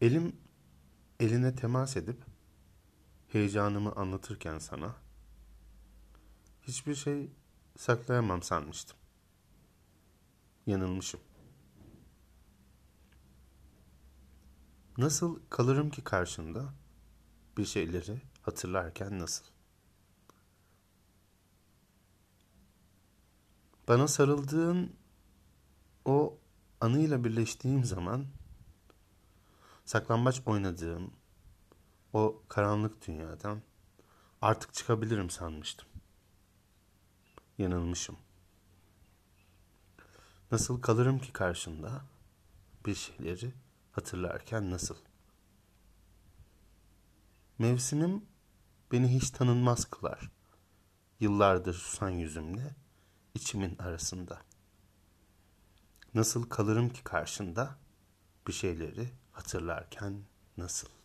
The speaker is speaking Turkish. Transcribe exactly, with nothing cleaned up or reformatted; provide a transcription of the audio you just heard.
Elim eline temas edip heyecanımı anlatırken sana hiçbir şey saklayamam sanmıştım. Yanılmışım. Nasıl kalırım ki karşında bir şeyleri hatırlarken nasıl? Bana sarıldığın o anıyla birleştiğim zaman saklambaç oynadığım o karanlık dünyadan artık çıkabilirim sanmıştım. Yanılmışım. Nasıl kalırım ki karşında bir şeyleri hatırlarken nasıl? Mevsimim beni hiç tanınmaz kılar. Yıllardır susan yüzümle içimin arasında. Nasıl kalırım ki karşında bir şeyleri hatırlarken nasıl?